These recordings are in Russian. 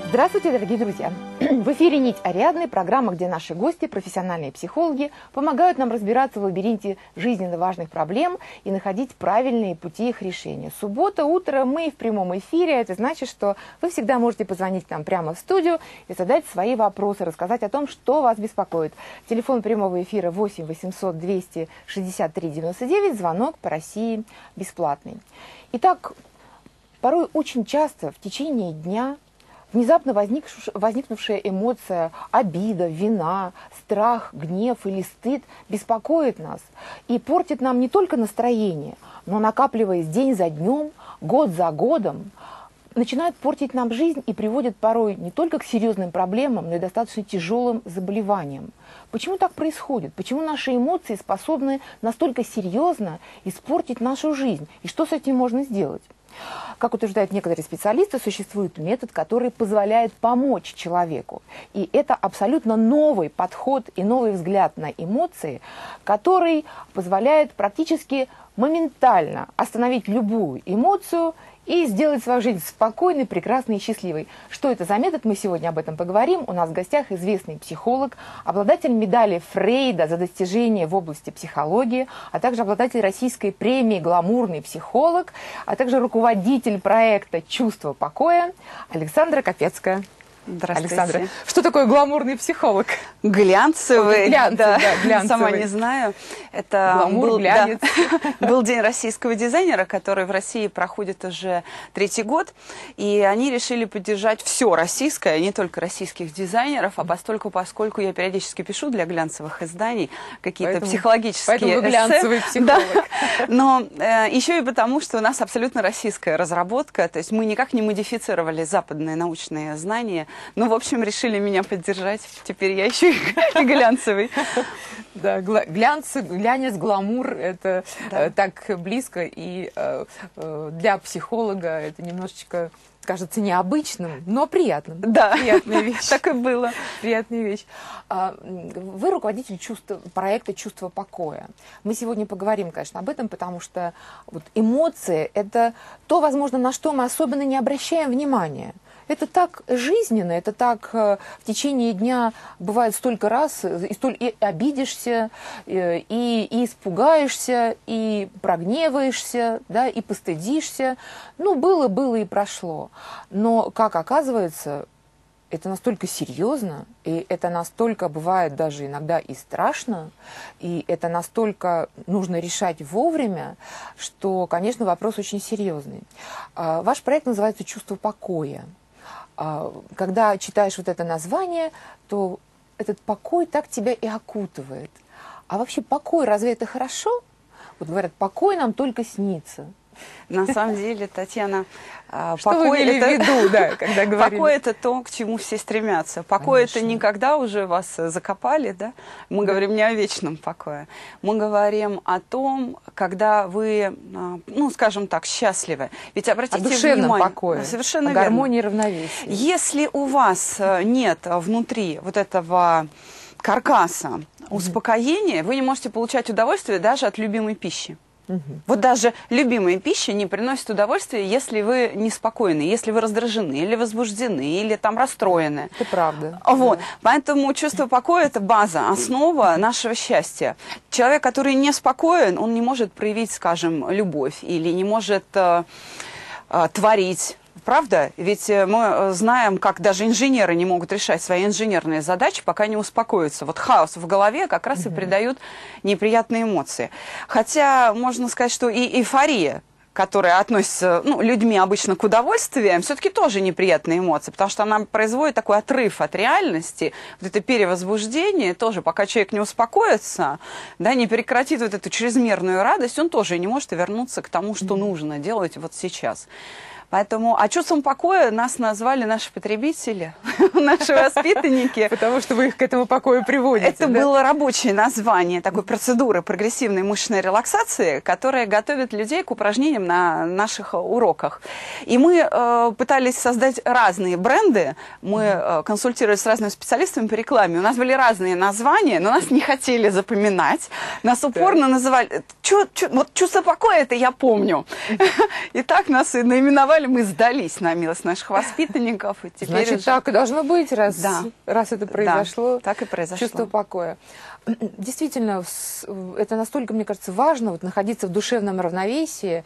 Здравствуйте, дорогие друзья! В эфире «Нить Ариадны», программа, где наши гости, профессиональные психологи, помогают нам разбираться в лабиринте жизненно важных проблем и находить правильные пути их решения. Суббота, утро, мы в прямом эфире. Это значит, что вы всегда можете позвонить к нам прямо в студию и задать свои вопросы, рассказать о том, что вас беспокоит. Телефон прямого эфира 8 800 263 99, звонок по России бесплатный. Итак, порой очень часто в течение дня внезапно возникнувшая эмоция, обида, вина, страх, гнев или стыд беспокоит нас и портит нам не только настроение, но, накапливаясь день за днем, год за годом, начинает портить нам жизнь и приводит порой не только к серьезным проблемам, но и достаточно тяжелым заболеваниям. Почему так происходит? Почему наши эмоции способны настолько серьезно испортить нашу жизнь? И что с этим можно сделать? Как утверждают некоторые специалисты, существует метод, который позволяет помочь человеку. И это абсолютно новый подход и новый взгляд на эмоции, который позволяет практически моментально остановить любую эмоцию и сделать свою жизнь спокойной, прекрасной и счастливой. Что это за метод? Мы сегодня об этом поговорим. У нас в гостях известный психолог, обладатель медали Фрейда за достижения в области психологии, а также обладатель российской премии «Гламурный психолог», а также руководитель проекта «Чувство покоя» Александра Капецкая. Здравствуйте. Александра, что такое гламурный психолог? Глянцевый, глянцевый. Сама не знаю. Это гламур, глянец. Был День российского дизайнера, который в России проходит уже 3-й год, и они решили поддержать все российское, не только российских дизайнеров, а поскольку я периодически пишу для глянцевых изданий какие-то психологические поэтому вы глянцевый психолог. Да. Но еще и потому, что у нас абсолютно российская разработка, то есть мы никак не модифицировали западные научные знания. Ну, в общем, решили меня поддержать. Теперь я еще и глянцевый. Да, глянец, гламур – это так близко. И для психолога это немножечко кажется необычным, но приятным. Да, приятная вещь. Так и было. Приятная вещь. Вы руководитель проекта «Чувство покоя». Мы сегодня поговорим, конечно, об этом, потому что вот эмоции – это то, возможно, на что мы особенно не обращаем внимания. Это так жизненно, это так в течение дня бывает столько раз, и обидишься, и испугаешься, и прогневаешься, да, и постыдишься. Ну, было и прошло. Но, как оказывается, это настолько серьезно, и это настолько бывает даже иногда и страшно, и это настолько нужно решать вовремя, что, конечно, вопрос очень серьезный. Ваш проект называется «Чувство покоя». Когда читаешь вот это название, то этот покой так тебя и окутывает. А вообще покой, разве это хорошо? Вот говорят, покой нам только снится. На самом деле, Татьяна, покой когда говорим? Покой – это то, к чему все стремятся. Покой – это не когда уже вас закопали, да? Мы говорим не о вечном покое. Мы говорим о том, когда вы, ну, скажем так, счастливы. Ведь обратите внимание… О душевном покое, совершенно верно. Гармонии и равновесии. Если у вас нет внутри вот этого каркаса успокоения, вы не можете получать удовольствие даже от любимой пищи. Вот даже любимая пища не приносит удовольствия, если вы неспокойны, если вы раздражены, или возбуждены, или там расстроены. Это правда. Вот. Да. Поэтому чувство покоя – это база, основа нашего счастья. Человек, который неспокоен, он не может проявить, скажем, любовь или не может творить. Правда? Ведь мы знаем, как даже инженеры не могут решать свои инженерные задачи, пока не успокоятся. Вот хаос в голове как раз и придает неприятные эмоции. Хотя можно сказать, что и эйфория, которая относится людьми обычно к удовольствиям, все-таки тоже неприятные эмоции, потому что она производит такой отрыв от реальности, вот это перевозбуждение тоже, пока человек не успокоится, да, не прекратит вот эту чрезмерную радость, он тоже не может вернуться к тому, что нужно делать вот сейчас. Поэтому, а чувством покоя нас назвали наши потребители, наши воспитанники. Потому что вы их к этому покою приводите. Это было рабочее название такой процедуры прогрессивной мышечной релаксации, которая готовит людей к упражнениям на наших уроках. И мы пытались создать разные бренды, мы консультировались с разными специалистами по рекламе. У нас были разные названия, но нас не хотели запоминать. Нас упорно называли… Вот чувство покоя, это я помню. И так нас и наименовали переживали, мы сдались на милость наших воспитанников. И теперь Значит, уже... так и должно быть, раз это произошло. Да, так и произошло. Чувство покоя. Действительно, это настолько, мне кажется, важно, вот, находиться в душевном равновесии.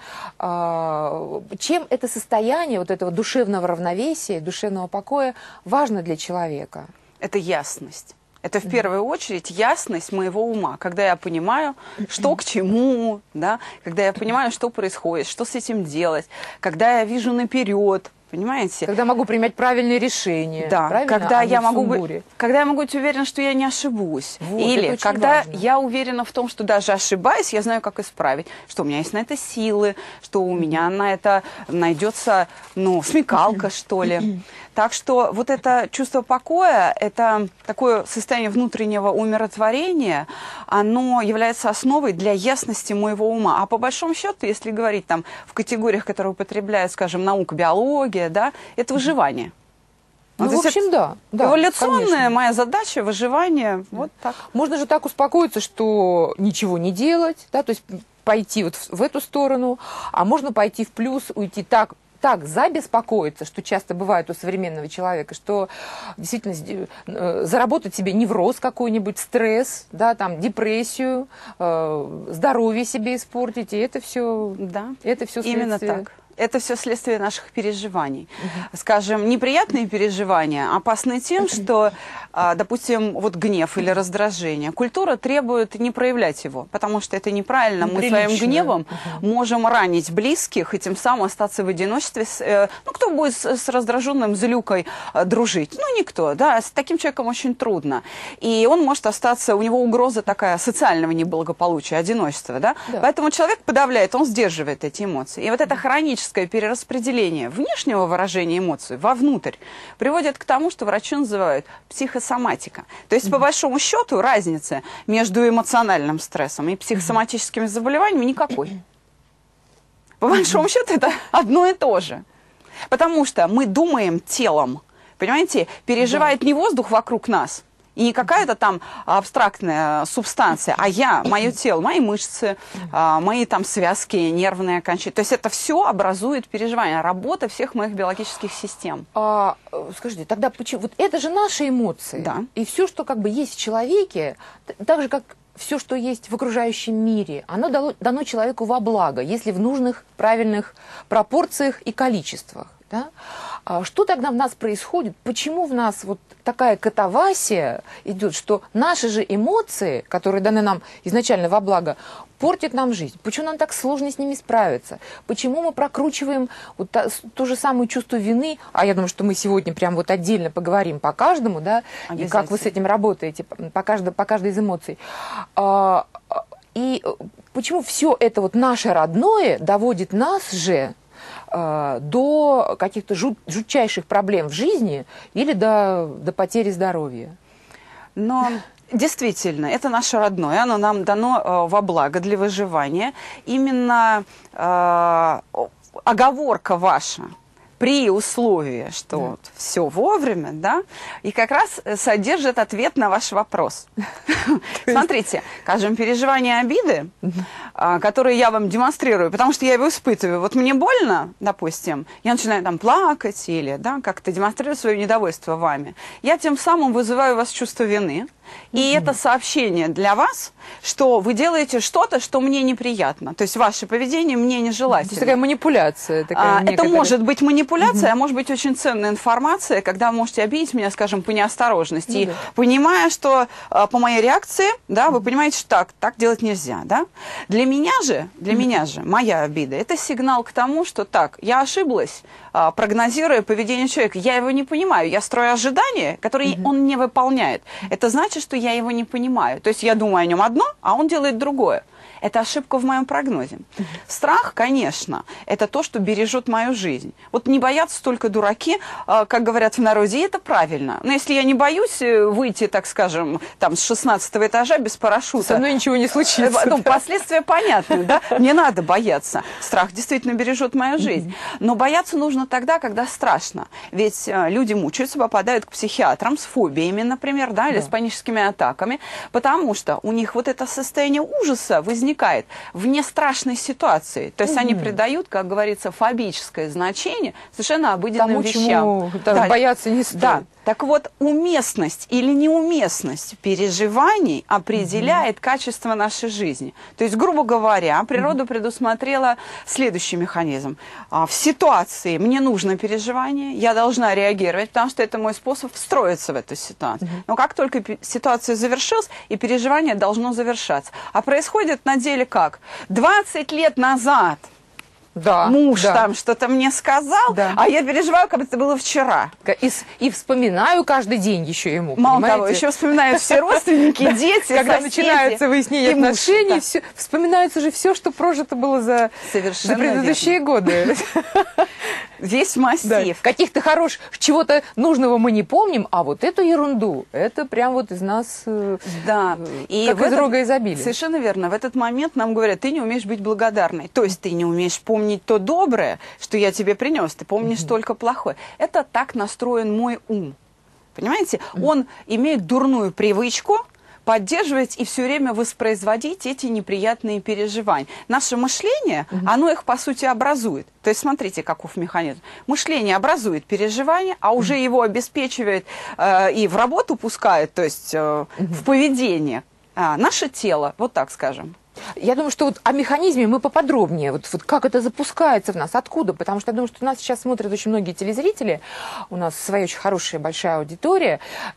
Чем это состояние вот этого душевного равновесия, душевного покоя важно для человека? Это ясность. Это в первую очередь ясность моего ума, когда я понимаю, что к чему, да, когда я понимаю, что происходит, что с этим делать, когда я вижу наперед, понимаете? Когда могу принимать правильные решения. Да, когда я могу быть уверена, что я не ошибусь. Вот, или когда важно. я уверена в том, что даже ошибаясь, я знаю, как исправить, что у меня есть на это силы, что у меня на это найдется, смекалка, что ли. Так что вот это чувство покоя, это такое состояние внутреннего умиротворения, оно является основой для ясности моего ума. А по большому счету, если говорить там в категориях, которые употребляют, скажем, наука, биология, да, это выживание. Ну, в общем, да. Эволюционная конечно. моя задача, выживание, вот так. Можно же так успокоиться, что ничего не делать, да, то есть пойти вот в эту сторону, а можно пойти в плюс, уйти так забеспокоиться, что часто бывает у современного человека, что действительно заработать себе невроз какой-нибудь, стресс, да, там, депрессию, здоровье себе испортить, и это все, это все следствие. Именно так. Это все следствие наших переживаний. Скажем, неприятные переживания опасны тем, что, допустим, вот гнев или раздражение. Культура требует не проявлять его, потому что это неправильно. Мы своим гневом можем ранить близких и тем самым остаться в одиночестве. Кто будет с раздраженным злюкой дружить? Никто. Да? С таким человеком очень трудно. И он может остаться, у него угроза такая социального неблагополучия, одиночества. Да? Поэтому человек подавляет, он сдерживает эти эмоции. И вот это хроническое перераспределение внешнего выражения эмоций вовнутрь приводит к тому, что врачи называют психосоматика. То есть, по большому счету, разницы между эмоциональным стрессом и психосоматическими заболеваниями никакой. По большому счету, это одно и то же. Потому что мы думаем телом, понимаете, переживает не воздух вокруг нас, и не какая-то там абстрактная субстанция, а мое тело, мои мышцы, мои там связки, нервные окончания. То есть это все образует переживание, работа всех моих биологических систем. Скажите, тогда почему? Вот это же наши эмоции. Да. И все, что как бы есть в человеке, так же, как все, что есть в окружающем мире, оно дано человеку во благо, если в нужных, правильных пропорциях и количествах. Да? Что тогда в нас происходит? Почему в нас вот такая катавасия идет, что наши же эмоции, которые даны нам изначально во благо, портят нам жизнь? Почему нам так сложно с ними справиться? Почему мы прокручиваем вот то же самое чувство вины? А я думаю, что мы сегодня прям вот отдельно поговорим по каждому, да, и как вы с этим работаете, по каждой из эмоций. И почему все это вот наше родное доводит нас же до каких-то жутчайших проблем в жизни или до потери здоровья? Но действительно, это наше родное, оно нам дано во благо для выживания. Именно оговорка ваша при условии, что вот все вовремя, да, и как раз содержит ответ на ваш вопрос. Смотрите, скажем, переживание обиды, которые я вам демонстрирую, потому что я его испытываю. Вот мне больно, допустим, я начинаю там плакать или, да, как-то демонстрирую свое недовольство вами. Я тем самым вызываю у вас чувство вины. И это сообщение для вас, что вы делаете что-то, что мне неприятно. То есть ваше поведение мне нежелательно. То есть такая манипуляция. Это может быть манипуляция, а может быть очень ценная информация, когда вы можете обидеть меня, скажем, по неосторожности. И понимая, что по моей реакции, да, вы понимаете, что так делать нельзя. Да? Для меня же, моя обида, это сигнал к тому, что так, я ошиблась, прогнозируя поведение человека. Я его не понимаю. Я строю ожидания, которые он не выполняет. Это значит, что я его не понимаю. То есть я думаю о нем одно, а он делает другое. Это ошибка в моем прогнозе. Страх, конечно, это то, что бережет мою жизнь. Вот не боятся только дураки, как говорят в народе, и это правильно. Но если я не боюсь выйти, так скажем, там, с 16-го этажа без парашюта... Со мной ничего не случится. Последствия понятны, да? Не надо бояться. Страх действительно бережет мою жизнь. Но бояться нужно тогда, когда страшно. Ведь люди мучаются, попадают к психиатрам с фобиями, например, да, или с паническими атаками, потому что у них вот это состояние ужаса возникает возникает вне страшной ситуации. То есть они придают, как говорится, фобическое значение совершенно обыденным вещам. Да, бояться не стоит. Да. Так вот, уместность или неуместность переживаний определяет качество нашей жизни. То есть, грубо говоря, природа предусмотрела следующий механизм. В ситуации мне нужно переживание, я должна реагировать, потому что это мой способ встроиться в эту ситуацию. Но как только ситуация завершилась, и переживание должно завершаться. А происходит на деле как? 20 лет назад муж там что-то мне сказал, а я переживаю, как это было вчера. И вспоминаю каждый день еще ему. Мало того, еще вспоминают все родственники, дети, когда начинается выяснение отношений, вспоминается же все, что прожито было за предыдущие годы. Весь массив. Каких-то хороших, чего-то нужного мы не помним, а вот эту ерунду, это прям вот из нас, как из рога изобилия. Совершенно верно. В этот момент нам говорят, ты не умеешь быть благодарной. То есть ты не умеешь помнить то доброе, что я тебе принес, ты помнишь только плохое. Это так настроен мой ум. Понимаете? Он имеет дурную привычку поддерживать и все время воспроизводить эти неприятные переживания. Наше мышление, оно их, по сути, образует. То есть, смотрите, каков механизм. Мышление образует переживание, а уже его обеспечивает и в работу пускает, то есть в поведение. Наше тело, вот так скажем. Я думаю, что вот о механизме мы поподробнее, вот как это запускается в нас, откуда, потому что я думаю, что нас сейчас смотрят очень многие телезрители, у нас своя очень хорошая большая аудитория,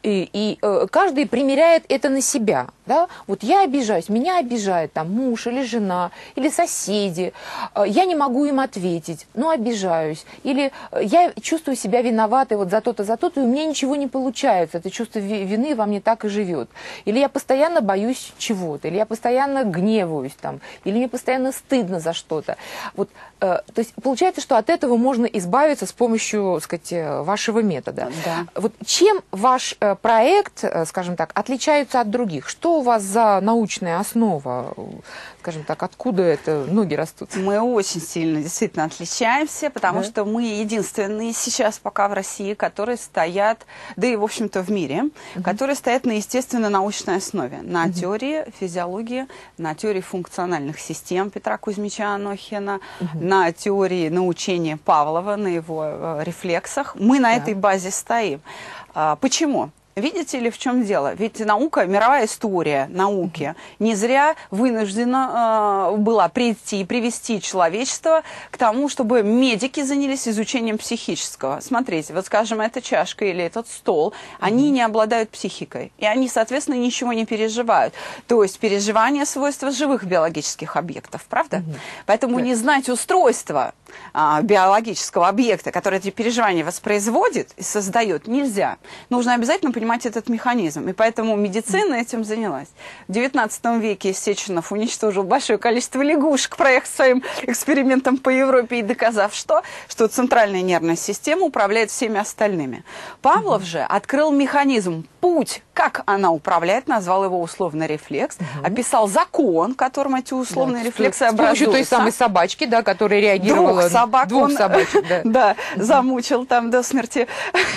и каждый примеряет это на себя, да, вот я обижаюсь, меня обижает там муж или жена, или соседи, я не могу им ответить, но обижаюсь, или я чувствую себя виноватой вот за то-то, и у меня ничего не получается, это чувство вины во мне так и живет, или я постоянно боюсь чего-то, или я постоянно гневаюсь, там, или мне постоянно стыдно за что-то. Вот, то есть получается, что от этого можно избавиться с помощью, так сказать, вашего метода. Да. Вот чем ваш проект, скажем так, отличается от других? Что у вас за научная основа? Скажем так, откуда это ноги растут? Мы очень сильно действительно отличаемся, потому что мы единственные сейчас пока в России, которые стоят, да и в общем-то в мире, которые стоят на естественно-научной основе, на теории физиологии, на теории функциональных систем Петра Кузьмича Анохина, на теории научения Павлова, на его рефлексах. Мы на этой базе стоим. Почему? Видите ли, в чем дело? Ведь наука, мировая история науки не зря вынуждена была прийти и привести человечество к тому, чтобы медики занялись изучением психического. Смотрите, вот скажем, эта чашка или этот стол, они не обладают психикой, и они, соответственно, ничего не переживают. То есть переживание свойства живых биологических объектов, правда? Поэтому не знать устройство биологического объекта, который эти переживания воспроизводит и создает, нельзя. Нужно обязательно понимать этот механизм. И поэтому медицина этим занялась. В XIX веке Сеченов уничтожил большое количество лягушек, проехав своим экспериментом по Европе и доказав, что центральная нервная система управляет всеми остальными. Павлов же открыл механизм, путь, как она управляет, назвал его условный рефлекс, описал закон, которым эти условные рефлексы образуются. С помощью той самой собачки, да, которая реагировала... Двух собачек, да, замучил там до смерти.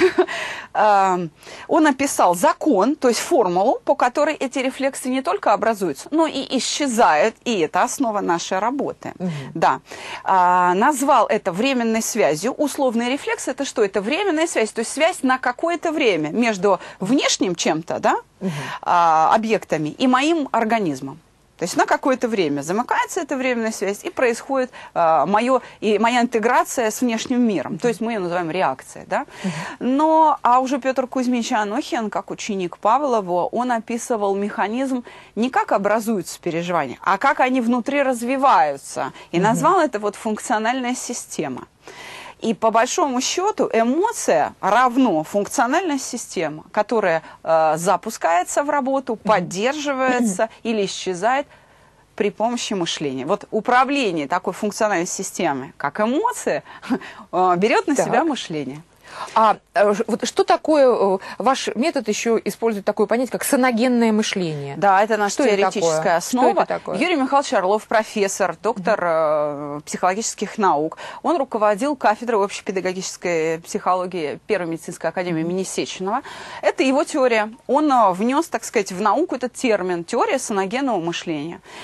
Он описал закон, то есть формулу, по которой эти рефлексы не только образуются, но и исчезают, и это основа нашей работы. Да. Назвал это временной связью. Условный рефлекс – это что? Это временная связь, то есть связь на какое-то время между внешним чем-то, да, объектами и моим организмом. То есть на какое-то время замыкается эта временная связь, и происходит моя интеграция с внешним миром. То есть мы ее называем реакция. Да? Но, уже Петр Кузьмич Анохин, как ученик Павлова, он описывал механизм не как образуются переживания, а как они внутри развиваются. И назвал это вот функциональная система. И по большому счету эмоция равно функциональная система, которая запускается в работу, поддерживается или исчезает при помощи мышления. Вот управление такой функциональной системой, как эмоция, берет на себя мышление. А вот что такое, ваш метод еще использует такое понятие, как соногенное мышление? Да, это наша теоретическая основа. Что это такое? Юрий Михайлович Орлов, профессор, доктор психологических наук. Он руководил кафедрой общепедагогической психологии Первой медицинской академии имени Сеченова. Это его теория. Он внес, так сказать, в науку этот термин – теория соногенного мышления.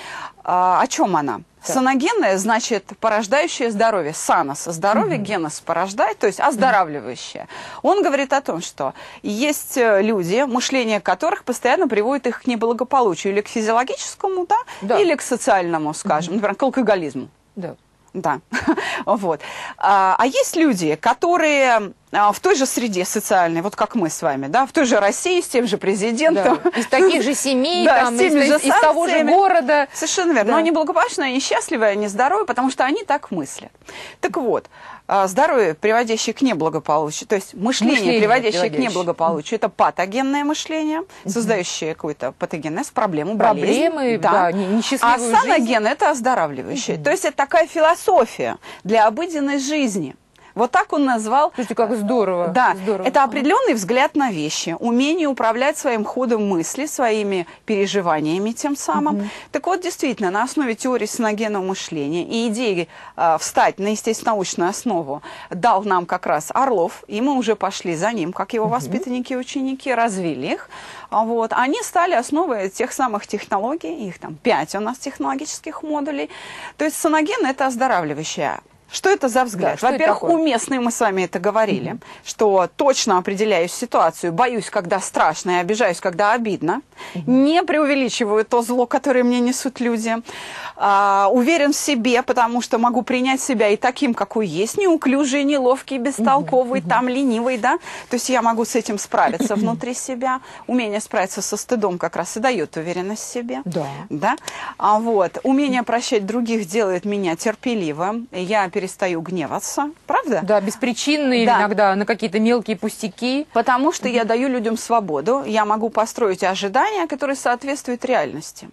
О чем она? Так. Саногенная, значит, порождающее здоровье. Санос – здоровье, генос – порождать, то есть оздоравливающее. Он говорит о том, что есть люди, мышление которых постоянно приводит их к неблагополучию, или к физиологическому, да. Или к социальному, скажем, например, к алкоголизму. Да. Да, вот. А есть люди, которые в той же среде социальной, вот как мы с вами, да, в той же России, с тем же президентом. Да. Из таких же семей, да, там, из того же города. Совершенно верно. Да. Но они благополучные, они счастливые, они здоровы, потому что они так мыслят. Так вот, здоровье, приводящее к неблагополучию, то есть мышление приводящее к неблагополучию, это патогенное мышление, создающее какой-то патогенез, проблему, проблемы, да, несчастливую а саноген – это оздоравливающее. То есть это такая философия для обыденной жизни. Вот так он назвал. Слушайте, как здорово. Да, здорово. Это определенный взгляд на вещи, умение управлять своим ходом мысли, своими переживаниями тем самым. Так вот, действительно, на основе теории саногенного мышления и идеи встать на естественно-научную основу дал нам как раз Орлов, и мы уже пошли за ним, как его воспитанники и ученики, развили их. Вот. Они стали основой тех самых технологий, их там 5 у нас технологических модулей. То есть саноген – это оздоравливающее. Что это за взгляд? Да, во-первых, уместный, мы с вами это говорили, что точно определяю ситуацию, боюсь, когда страшно, и обижаюсь, когда обидно, не преувеличиваю то зло, которое мне несут люди, уверен в себе, потому что могу принять себя и таким, какой есть, неуклюжий, неловкий, бестолковый, там, ленивый, да, то есть я могу с этим справиться внутри себя, умение справиться со стыдом как раз и дает уверенность в себе, да? Вот. Умение прощать других делает меня терпеливым, я перестаю гневаться, правда? Да, беспричинные иногда на какие-то мелкие пустяки. Потому что я даю людям свободу, я могу построить ожидания, которые соответствуют реальности.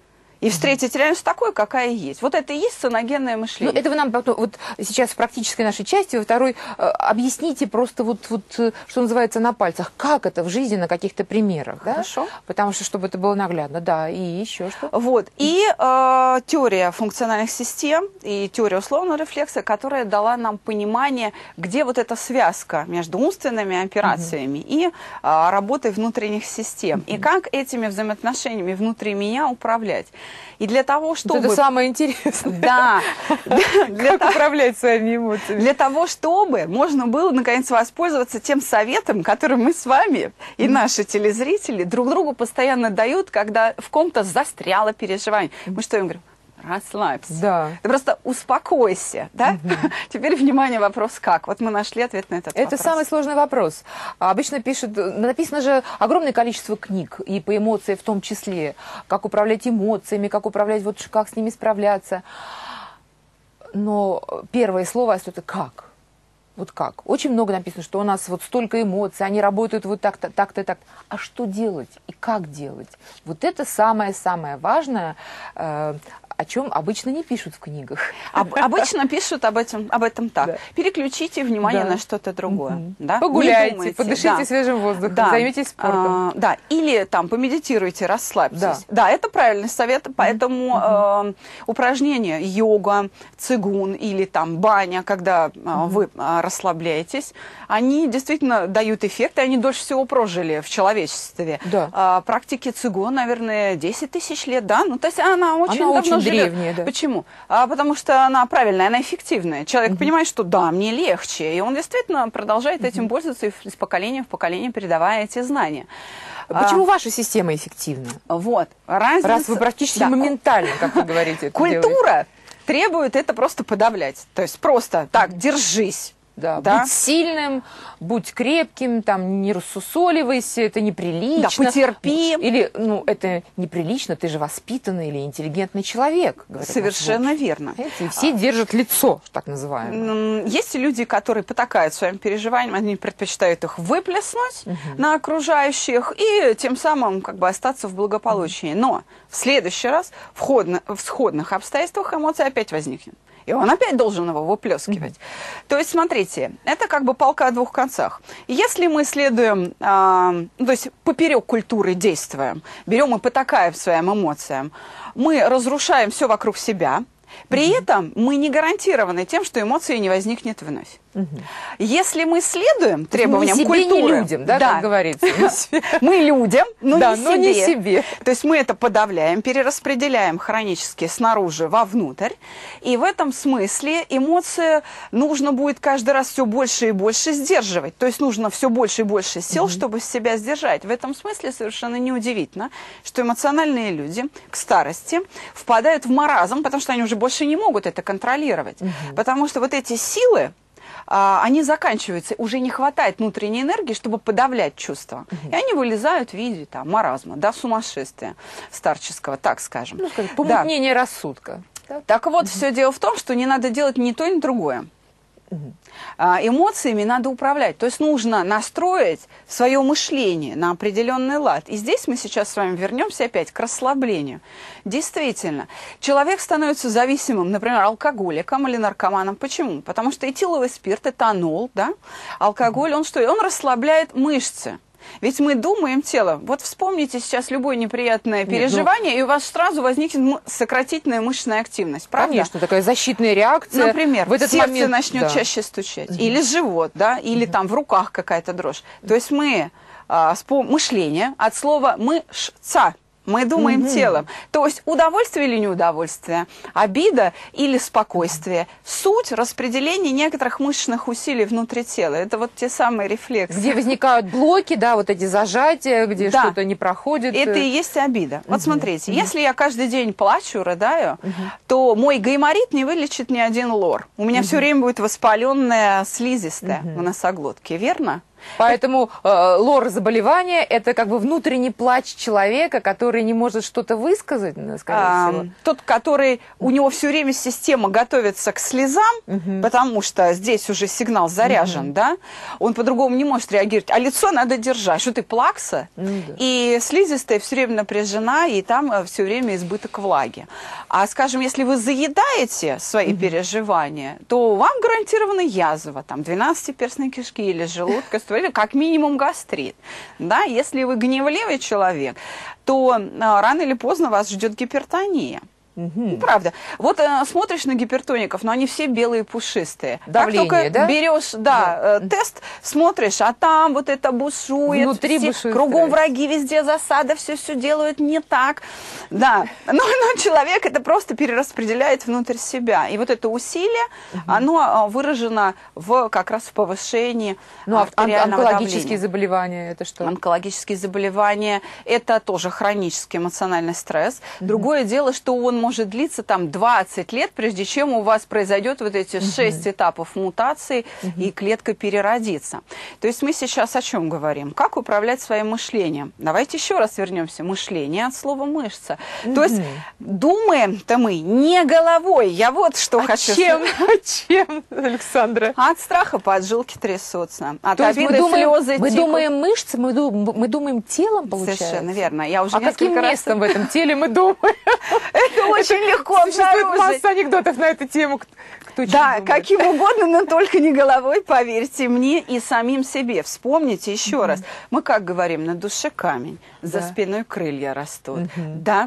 И встретить реальность такой, какая есть. Вот это и есть саногенное мышление. Ну, это вы нам потом, вот сейчас в практической нашей части, во второй, объясните просто вот, что называется, на пальцах, как это в жизни на каких-то примерах. Хорошо. Да? Потому что, чтобы это было наглядно. Да, и еще что? Вот. И теория функциональных систем, и теория условного рефлекса, которая дала нам понимание, где вот эта связка между умственными операциями и работой внутренних систем. И как этими взаимоотношениями внутри меня управлять. И для того, чтобы... Вот это самое интересное. Да. Как управлять своими эмоциями. Для того, чтобы можно было, наконец, воспользоваться тем советом, который мы с вами и наши телезрители друг другу постоянно дают, когда в ком-то застряло переживание. Мы что им говорим? Расслабься. Да. Ты просто успокойся, да? Теперь, внимание, вопрос как? Вот мы нашли ответ на этот вопрос. Это самый сложный вопрос. Обычно пишут, написано же огромное количество книг, и по эмоциям в том числе. Как управлять эмоциями, как управлять, вот как с ними справляться. Но первое слово это как? Вот как? Очень много написано, что у нас вот столько эмоций, они работают вот так-то, так-то, так-то. А что делать и как делать? Вот это самое-самое важное, о чем обычно не пишут в книгах. Обычно пишут об этом так. Да. Переключите внимание на что-то другое. Да? Погуляйте, подышите свежим воздухом, займитесь спортом. Да, или там помедитируйте, расслабьтесь. Да, это правильный совет, поэтому упражнения, йога, цигун или там баня, когда вы расслабляетесь, они действительно дают эффект, и они дольше всего прожили в человечестве. Да. Практики цигун, наверное, 10 тысяч лет, да? Ну, то есть она очень давно древняя, да. Почему? Потому что она правильная, она эффективная. Человек понимает, что да, мне легче, и он действительно продолжает этим пользоваться и из поколения в поколение передавая эти знания. Почему ваша система эффективна? Вот. Разница... Раз вы практически моментально, как вы говорите, это Культура требует это просто подавлять. То есть просто так, держись. Да. Будь сильным, будь крепким, там, не рассусоливайся, это неприлично. Да, потерпи. Или, ну, это неприлично, ты же воспитанный или интеллигентный человек. Совершенно верно. И все держат лицо, так называемое. Есть люди, которые потакают своим переживаниям, они предпочитают их выплеснуть на окружающих и тем самым как бы остаться в благополучии. Но в следующий раз в сходных обстоятельствах эмоция опять возникнет. И он опять должен его выплескивать. То есть, смотрите, это как бы палка о двух концах. Если мы следуем, то есть поперек культуры действуем, берем и потакаем своим эмоциям, мы разрушаем все вокруг себя, при этом мы не гарантированы тем, что эмоции не возникнет вновь. Если мы следуем требованиям не себе, культуры, не людям, да, как говорится. мы людям, но не себе. То есть мы это подавляем, перераспределяем хронически снаружи вовнутрь. И в этом смысле эмоции нужно будет каждый раз все больше и больше сдерживать. То есть нужно все больше и больше сил, чтобы себя сдержать. В этом смысле совершенно неудивительно, что эмоциональные люди к старости впадают в маразм, потому что они уже больше не могут это контролировать. Потому что вот эти силы, они заканчиваются, уже не хватает внутренней энергии, чтобы подавлять чувства. И они вылезают в виде там, маразма, да, сумасшествия старческого, так скажем. Ну, скажем, помутнение рассудка. Так вот, все дело в том, что не надо делать ни то, ни другое. Эмоциями надо управлять. То есть нужно настроить свое мышление на определенный лад. И здесь мы сейчас с вами вернемся опять к расслаблению. Действительно, человек становится зависимым, например, алкоголиком или наркоманом. Почему? Потому что этиловый спирт, этанол, да, алкоголь, он что? Он расслабляет мышцы. Ведь мы думаем тело. Вот вспомните сейчас любое неприятное переживание, и у вас сразу возникнет сократительная мышечная активность. Правда? Конечно, такая защитная реакция. Например, в этот сердце момент начнет чаще стучать, или живот, да, или там в руках какая-то дрожь. То есть мы мышление от слова мышца. Мы думаем телом. То есть удовольствие или неудовольствие, обида или спокойствие. Суть распределения некоторых мышечных усилий внутри тела. Это вот те самые рефлексы. Где возникают блоки, да, вот эти зажатия, где что-то не проходит. Это и есть обида. Вот смотрите, если я каждый день плачу, рыдаю, то мой гайморит не вылечит ни один лор. У меня все время будет воспаленная слизистая в носоглотке, верно? Поэтому лор-заболевание – это как бы внутренний плач человека, который не может что-то высказать, скорее всего. Тот, который, у него все время система готовится к слезам, потому что здесь уже сигнал заряжен, да, он по-другому не может реагировать, а лицо надо держать. Что ты, плакса? И слизистая все время напряжена, и там все время избыток влаги. А, скажем, если вы заедаете свои переживания, то вам гарантирована язва, там, 12-перстной кишки или желудка, как минимум гастрит. Да? Если вы гневливый человек, то рано или поздно вас ждет гипертония. Правда. Вот смотришь на гипертоников, но они все белые, пушистые. Давление, как только да? берешь тест, смотришь, а там вот это бушует, внутри все, бушует кругом стресс. враги, везде засада, все делают не так. Да. Но человек это просто перераспределяет внутрь себя. И вот это усилие, оно выражено как раз в повышении артериального онкологические давления. заболевания, это что? Онкологические заболевания – это тоже хронический эмоциональный стресс. Другое дело, что он может длиться там 20 лет, прежде чем у вас произойдет вот эти 6 этапов мутации, и клетка переродится. То есть мы сейчас о чем говорим? Как управлять своим мышлением? Давайте еще раз вернемся. Мышление от слова мышца. То есть думаем-то мы не головой. Я вот что хочу сказать. Чем, Александра? От страха поджилки трясутся. От То есть обиды слезы мы текут. думаем мышцы, мы думаем телом, получается? Совершенно верно. Я уже каким несколько раз... местом в этом теле мы думаем? Это очень легко Существует обнаружить. масса анекдотов на эту тему. Кто Да, думает. каким угодно, но только не головой, поверьте мне и самим себе. Вспомните еще раз. Мы как говорим, на душе камень, за спиной крылья растут. Да?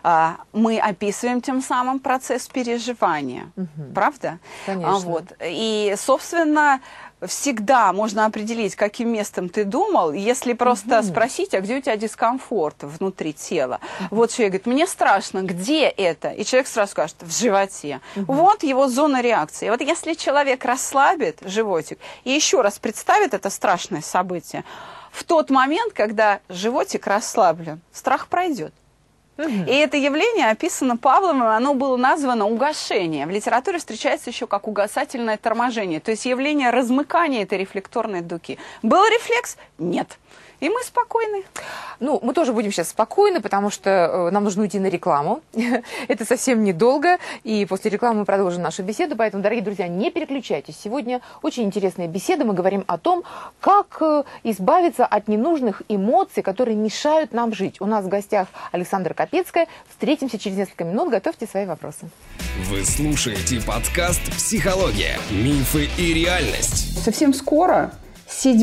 Мы описываем тем самым процесс переживания. Правда? Конечно. Вот. И, собственно, всегда можно определить, каким местом ты думал, если просто спросить, а где у тебя дискомфорт внутри тела. Вот человек говорит, мне страшно, где это? И человек сразу скажет, в животе. Вот его зона реакции. Вот если человек расслабит животик и еще раз представит это страшное событие, в тот момент, когда животик расслаблен, страх пройдет. И это явление описано Павловым, оно было названо угошение. В литературе встречается еще как угасательное торможение, то есть явление размыкания этой рефлекторной дуги. Был рефлекс? Нет. И мы спокойны. Ну, мы тоже будем сейчас спокойны, потому что нам нужно уйти на рекламу. Это совсем недолго. И после рекламы мы продолжим нашу беседу. Поэтому, дорогие друзья, не переключайтесь. Сегодня очень интересная беседа. Мы говорим о том, как избавиться от ненужных эмоций, которые мешают нам жить. У нас в гостях Александра Капецкая. Встретимся через несколько минут. Готовьте свои вопросы. Вы слушаете подкаст «Психология. Мифы и реальность». Совсем скоро, 7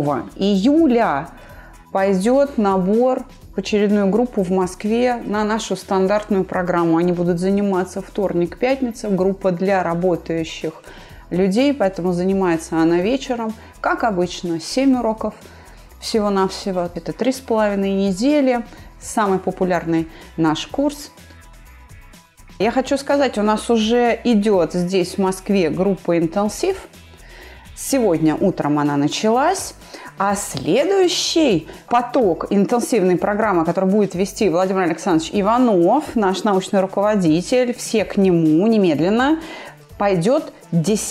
июля, пойдет набор в очередную группу в Москве на нашу стандартную программу. Они будут заниматься вторник-пятница. Группа для работающих людей, поэтому занимается она вечером, как обычно, 7 уроков всего-навсего. Это 3,5 недели, самый популярный наш курс. Я хочу сказать, у нас уже идет здесь, в Москве, группа «Интенсив». Сегодня утром она началась. А следующий поток интенсивной программы, который будет вести Владимир Александрович Иванов, наш научный руководитель, все к нему немедленно, пойдет 10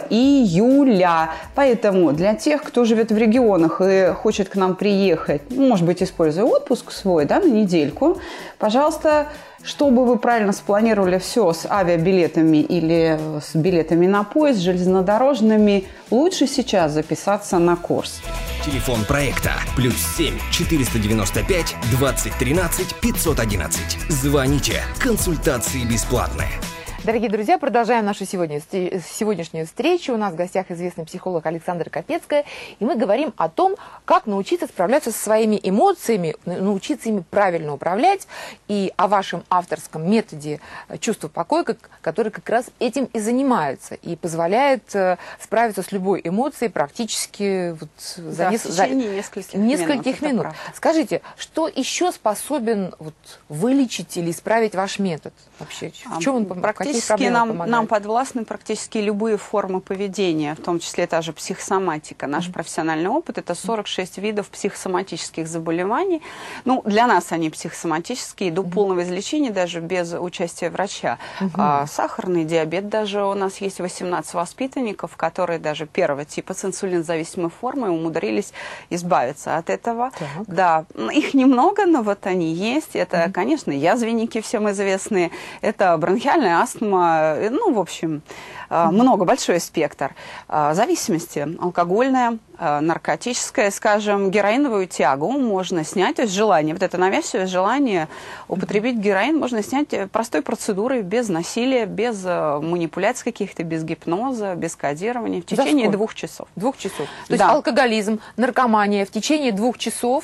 июля. Поэтому для тех, кто живет в регионах и хочет к нам приехать, может быть, используя отпуск свой, да, на недельку, пожалуйста, чтобы вы правильно спланировали все с авиабилетами или с билетами на поезд, железнодорожными, лучше сейчас записаться на курс. Телефон проекта +7 495 20 13 511. Звоните. Консультации бесплатные. Дорогие друзья, продолжаем нашу сегодняшнюю встречу. У нас в гостях известный психолог Александра Капецкая. И мы говорим о том, как научиться справляться со своими эмоциями, научиться ими правильно управлять. И о вашем авторском методе чувства покоя, который как раз этим и занимается. И позволяет справиться с любой эмоцией практически вот за в течение нескольких минут. Скажите, что еще способен вот вылечить или исправить ваш метод? Вообще, в чем он помогает? Нам подвластны практически любые формы поведения, в том числе та же психосоматика. Наш профессиональный опыт – это 46 видов психосоматических заболеваний. Ну, для нас они психосоматические, до полного излечения, даже без участия врача. Сахарный диабет даже у нас есть 18 воспитанников, которые даже первого типа с инсулинозависимой формой умудрились избавиться от этого. Да, их немного, но вот они есть. Это, конечно, язвенники всем известные, это бронхиальная астма, ну, в общем, большой спектр. Зависимости алкогольная, наркотическая, скажем, героиновую тягу можно снять, то есть желание, вот это навязчивое желание употребить героин можно снять простой процедурой, без насилия, без манипуляций каких-то, без гипноза, без кодирования в течение 2 часов. 2 часов. То есть алкоголизм, наркомания в течение 2 часов.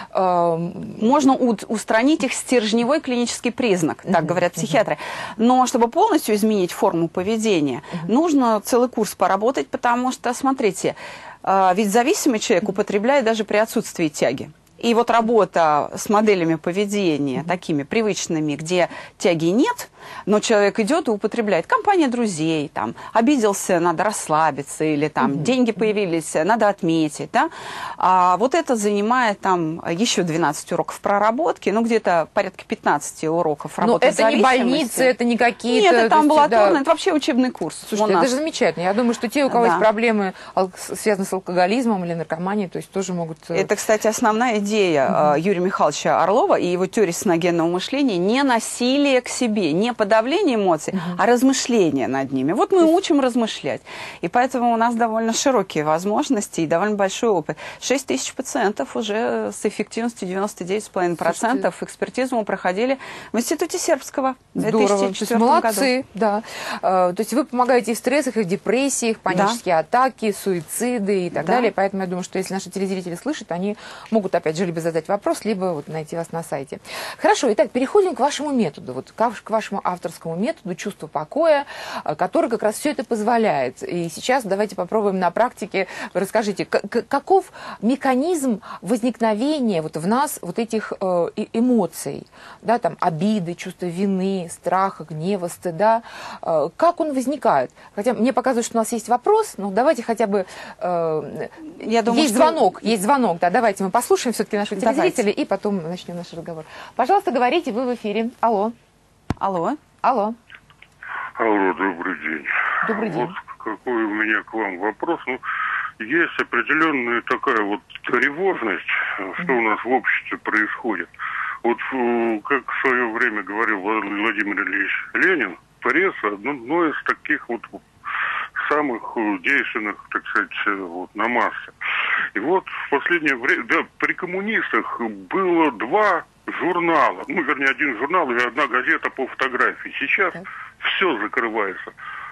Можно устранить их стержневой клинический признак, так говорят психиатры. Но чтобы полностью изменить форму поведения, нужно целый курс поработать, потому что, смотрите, ведь зависимый человек употребляет даже при отсутствии тяги. И вот работа с моделями поведения, такими привычными, где тяги нет, но человек идет и употребляет. Компания друзей, там, обиделся, надо расслабиться, или там деньги появились, надо отметить. Да? А вот это занимает там еще 12 уроков проработки, ну где-то порядка 15 уроков работы. Но это не больницы, это не какие-то... Нет, это амбулаторно, это вообще учебный курс. Слушайте, это же замечательно. Я думаю, что те, у кого есть проблемы, связанные с алкоголизмом или наркоманией, то есть тоже могут... Это, кстати, основная идея Юрия Михайловича Орлова и его теории саногенного мышления: не насилие к себе, не подавление эмоций, а размышления над ними. Вот мы учим размышлять. И поэтому у нас довольно широкие возможности и довольно большой опыт. 6 тысяч пациентов уже с эффективностью 99,5%. Экспертизу мы проходили в Институте Сербского в 2004 году. Молодцы, да. То есть вы помогаете и в стрессах, и в депрессиях, панические атаки, суициды и так далее. Поэтому я думаю, что если наши телезрители слышат, они могут, опять же, либо задать вопрос, либо вот найти вас на сайте. Хорошо, итак, переходим к вашему методу, вот к вашему авторскому методу чувства покоя, который как раз все это позволяет. И сейчас давайте попробуем на практике. Расскажите, каков механизм возникновения вот в нас вот этих эмоций, да, там, обиды, чувства вины, страха, гнева, стыда, как он возникает? Хотя мне показывают, что у нас есть вопрос, но давайте хотя бы... Я думаю, есть звонок, да, давайте мы послушаем все-таки наших телезрителей и потом начнем наш разговор. Пожалуйста, говорите, вы в эфире. Алло. Алло. Алло. Алло, добрый день. Добрый день. Вот какой у меня к вам вопрос. Ну, есть определенная такая вот тревожность, что у нас в обществе происходит. Вот как в свое время говорил Владимир Ильич Ленин, пресса одно из таких вот самых действенных, так сказать, вот, на массе. И вот в последнее время, да, при коммунистах было 2 журнала, ну, вернее, 1 журнал и 1 газета по фотографии. Сейчас все закрывается.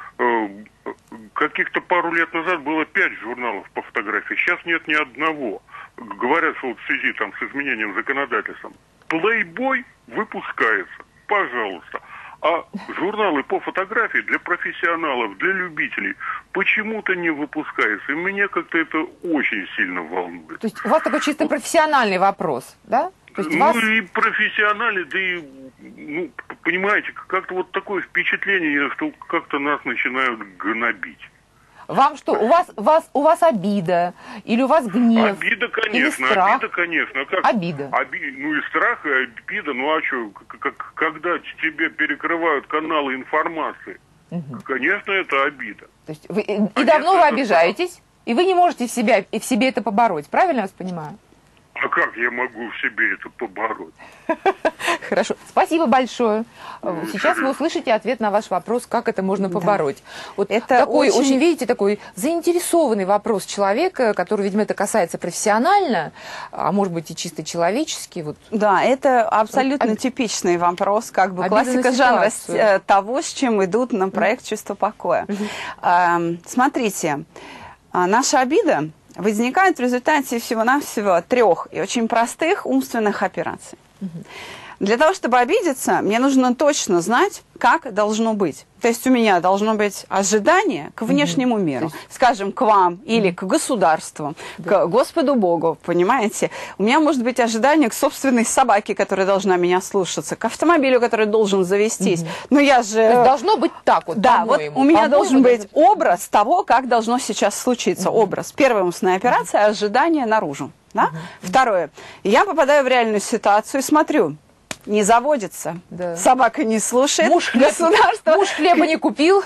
Каких-то пару лет назад было 5 журналов по фотографии, сейчас нет ни одного. Говорят, что вот в связи там с изменением законодательства. Плейбой выпускается, пожалуйста. А журналы по фотографии для профессионалов, для любителей почему-то не выпускаются. И меня как-то это очень сильно волнует. То есть у вас такой чисто профессиональный вопрос, да? То есть вас... и профессионалы, да и, понимаете, как-то вот такое впечатление, что как-то нас начинают гнобить. Вам что, у вас обида, или у вас гнев, Обида, конечно, или страх? обида, конечно. Как? Обида. Ну и страх, и обида. Ну а что, когда тебе перекрывают каналы информации, конечно, это обида. То есть вы, и давно вы обижаетесь, и вы не можете в себе это побороть, правильно я вас понимаю? А как я могу в себе это побороть? Хорошо, спасибо большое. Сейчас вы услышите ответ на ваш вопрос, как это можно побороть. Вот это такой, очень, видите, такой заинтересованный вопрос человека, который, видимо, это касается профессионально, а может быть и чисто человечески. Вот. Да, это абсолютно типичный вопрос, как бы классика жанра того, с чем идут на проект «Чувство покоя». Смотрите, наша обида возникает в результате всего-навсего 3 и очень простых умственных операций. Для того, чтобы обидеться, мне нужно точно знать, как должно быть. То есть у меня должно быть ожидание к внешнему миру, скажем, к вам или к государству, к Господу Богу, понимаете? У меня может быть ожидание к собственной собаке, которая должна меня слушаться, к автомобилю, который должен завестись. Но я же... То есть должно быть так вот, да, вот у меня должен быть образ того, как должно сейчас случиться. Образ. Первая умственная операция – ожидание наружу. Да? Второе. Я попадаю в реальную ситуацию и смотрю. Не заводится, собака не слушает, муж хлеба не купил,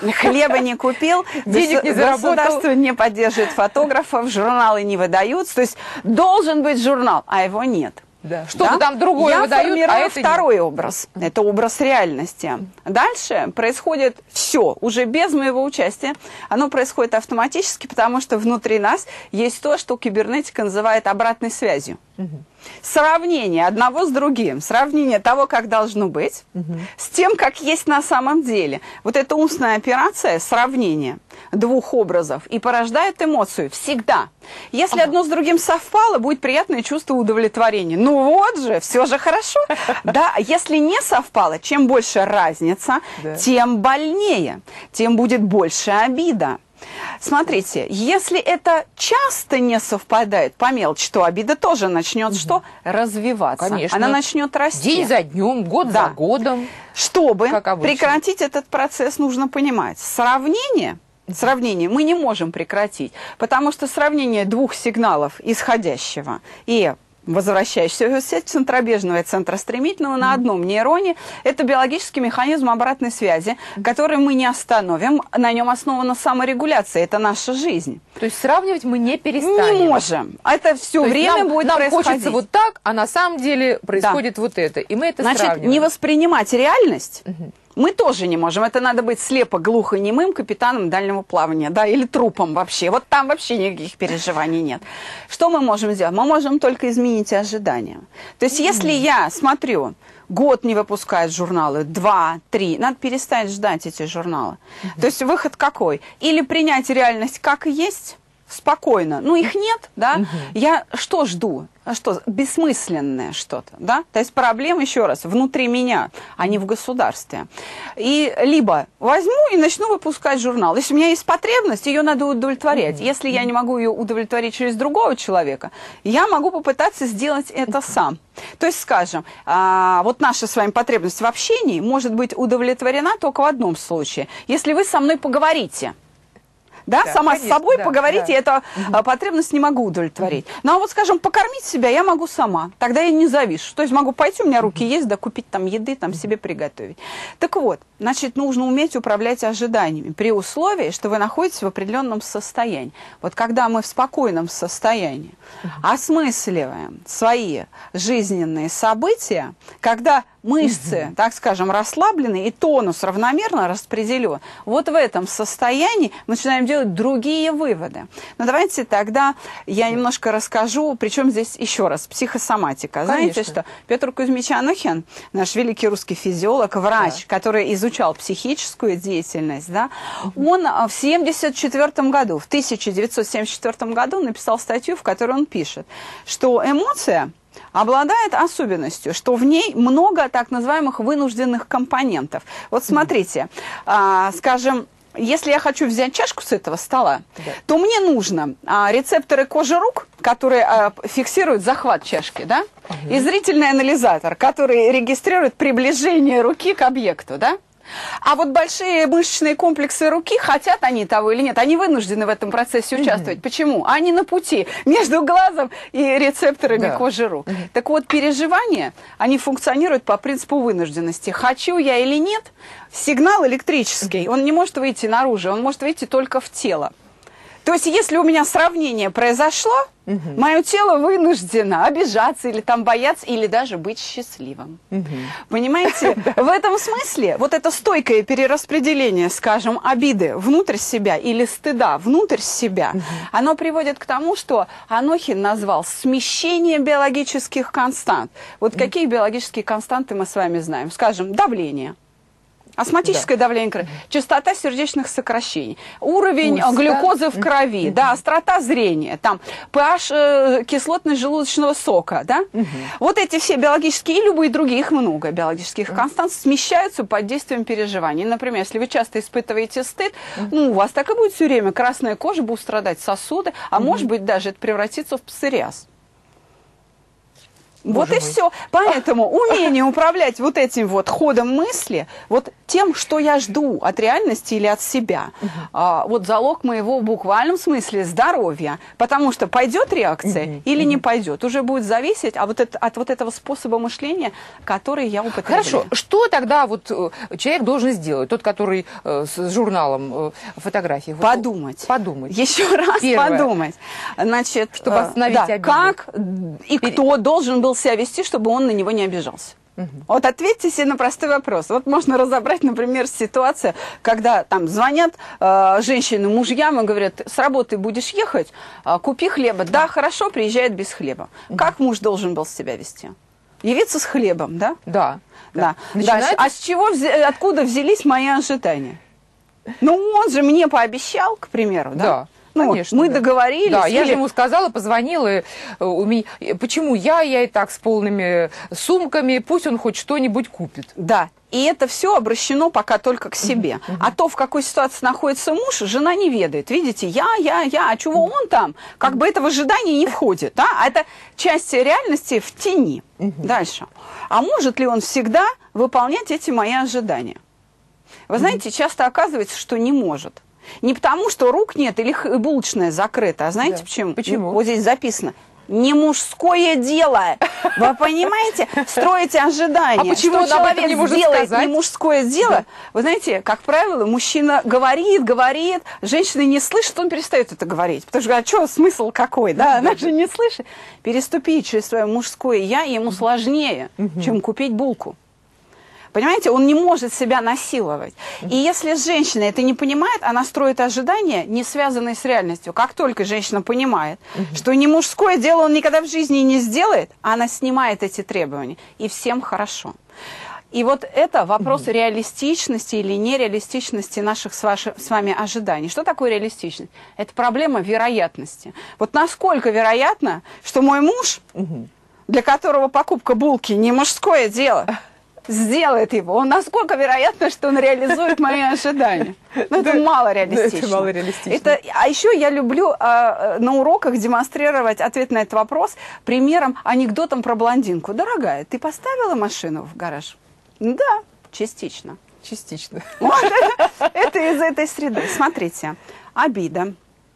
денег не заработал, государство не поддерживает фотографов, журналы не выдаются, то есть должен быть журнал, а его нет. Да. Что-то там другое выдают, а это второй образ. Это образ реальности. Дальше происходит все, уже без моего участия. Оно происходит автоматически, потому что внутри нас есть то, что кибернетика называет обратной связью. Сравнение одного с другим, сравнение того, как должно быть, с тем, как есть на самом деле. Вот эта умственная операция, сравнение 2 образов, и порождает эмоцию всегда. Если одно с другим совпало, будет приятное чувство удовлетворения. Ну вот же, все же хорошо. Да, если не совпало, чем больше разница, тем больнее, тем будет больше обида. Смотрите, если это часто не совпадает по мелочи, то обида тоже начнет что? Развиваться. Конечно. Она начнет расти. День за днем, год за годом. Чтобы прекратить этот процесс, нужно понимать. Сравнение мы не можем прекратить, потому что сравнение 2 сигналов исходящего и возвращающегося в сеть центробежного и центростремительного на одном нейроне, это биологический механизм обратной связи, который мы не остановим, на нем основана саморегуляция, это наша жизнь. То есть сравнивать мы не перестанем. Не можем. Это все время будет происходить. Нам хочется вот так, а на самом деле происходит вот это, и мы это сравниваем. Значит, не воспринимать реальность мы тоже не можем. Это надо быть слепо, глухо, немым капитаном дальнего плавания, да, или трупом вообще. Вот там вообще никаких переживаний нет. Что мы можем сделать? Мы можем только изменить ожидания. То есть, если я смотрю, год не выпускают журналы, 2, 3, надо перестать ждать эти журналы. То есть, выход какой? Или принять реальность как есть, спокойно. Ну, их нет, да? Я что жду? Что? Бессмысленное что-то, да? То есть проблема, еще раз, внутри меня, а не в государстве. И либо возьму и начну выпускать журнал. Если у меня есть потребность, ее надо удовлетворять. Если я не могу ее удовлетворить через другого человека, я могу попытаться сделать это сам. То есть, скажем, вот наша с вами потребность в общении может быть удовлетворена только в одном случае. Если вы со мной поговорите. Да, сама конечно, с собой поговорить, и эту потребность не могу удовлетворить. Ну, а вот, скажем, покормить себя я могу сама. Тогда я не завишу. То есть могу пойти, у меня руки есть, да, купить там еды, там себе приготовить. Так вот, значит, нужно уметь управлять ожиданиями при условии, что вы находитесь в определенном состоянии. Вот когда мы в спокойном состоянии осмысливаем свои жизненные события, когда мышцы, так скажем, расслаблены и тонус равномерно распределен, вот в этом состоянии начинаем делать другие выводы. Но давайте тогда я немножко расскажу, причем здесь еще раз, психосоматика. Знаете что? Петр Кузьмич Анохин, наш великий русский физиолог, врач, который изучал психическую деятельность, да, он в 1974 году написал статью, в которой он пишет, что эмоция обладает особенностью, что в ней много так называемых вынужденных компонентов. Вот смотрите, скажем, если я хочу взять чашку с этого стола, то мне нужно рецепторы кожи рук, которые фиксируют захват чашки, да? И зрительный анализатор, который регистрирует приближение руки к объекту, да? А вот большие мышечные комплексы руки, хотят они того или нет, они вынуждены в этом процессе участвовать. Почему? Они на пути между глазом и рецепторами кожи рук. Так вот, переживания, они функционируют по принципу вынужденности. Хочу я или нет, сигнал электрический, он не может выйти наружу, он может выйти только в тело. То есть, если у меня сравнение произошло, мое тело вынуждено обижаться или там бояться, или даже быть счастливым. Понимаете? В этом смысле вот это стойкое перераспределение, скажем, обиды внутрь себя или стыда внутрь себя, оно приводит к тому, что Анохин назвал смещение биологических констант. Вот какие биологические константы мы с вами знаем? Скажем, давление. Астматическое давление крови, частота сердечных сокращений, уровень глюкозы в крови, острота зрения, там, pH кислотно-желудочного сока, да? Вот эти все биологические и любые другие, их много биологических констант, смещаются под действием переживаний. Например, если вы часто испытываете стыд, у вас так и будет все время красная кожа, будут страдать сосуды, а может быть даже это превратится в псориаз. Вот и все. Поэтому умение управлять вот этим вот ходом мысли, вот тем, что я жду от реальности или от себя, вот залог моего в буквальном смысле здоровья. Потому что пойдет реакция или не пойдет, уже будет зависеть от вот этого способа мышления, который я употребляю. Хорошо. Что тогда вот человек должен сделать, тот, который с журналом фотографий? Подумать. Подумать. Еще раз подумать. Значит, чтобы остановить обиду. Как и кто должен был себя вести, чтобы он на него не обижался. Вот ответьте себе на простой вопрос. Вот можно разобрать, например, ситуацию, когда там звонят женщины мужьям и говорят: с работы будешь ехать, купи хлеба. Да, хорошо, приезжает без хлеба. Как муж должен был себя вести? Явиться с хлебом, да? Да. Дальше. А с чего, откуда взялись мои ожидания? Ну, он же мне пообещал, к примеру, да? Да. Ну, конечно, мы договорились. Да, я же ему сказала, позвонила, почему я и так с полными сумками, пусть он хоть что-нибудь купит. Да, и это все обращено пока только к себе. А то, в какой ситуации находится муж, жена не ведает. Видите, а чего он там? Как бы это в ожидании не входит. Да? А это часть реальности в тени. Дальше. А может ли он всегда выполнять эти мои ожидания? Вы знаете, часто оказывается, что не может. Не потому, что рук нет или булочная закрыта, а знаете почему? Почему? Вот здесь записано: не мужское дело. Вы понимаете? Строите ожидания. А почему что человек не может сделает сказать? Не мужское дело? Вы знаете, как правило, мужчина говорит, женщина не слышит, он перестает это говорить. Потому что, а что, смысл какой? Да, она же не слышит. Переступить через свое мужское «я» ему сложнее, чем купить булку. Понимаете, он не может себя насиловать. И если женщина это не понимает, она строит ожидания, не связанные с реальностью. Как только женщина понимает, что не мужское дело он никогда в жизни не сделает, она снимает эти требования, и всем хорошо. И вот это вопрос реалистичности или нереалистичности наших с вами ожиданий. Что такое реалистичность? Это проблема вероятности. Вот насколько вероятно, что мой муж, для которого покупка булки не мужское дело, сделает его. Насколько вероятно, что он реализует мои ожидания? Ну, это мало реалистично. Это мало реалистично. А еще я люблю на уроках демонстрировать ответ на этот вопрос примером, анекдотом про блондинку. Дорогая, ты поставила машину в гараж? Да, частично. Частично. Вот это из этой среды. Смотрите, обида,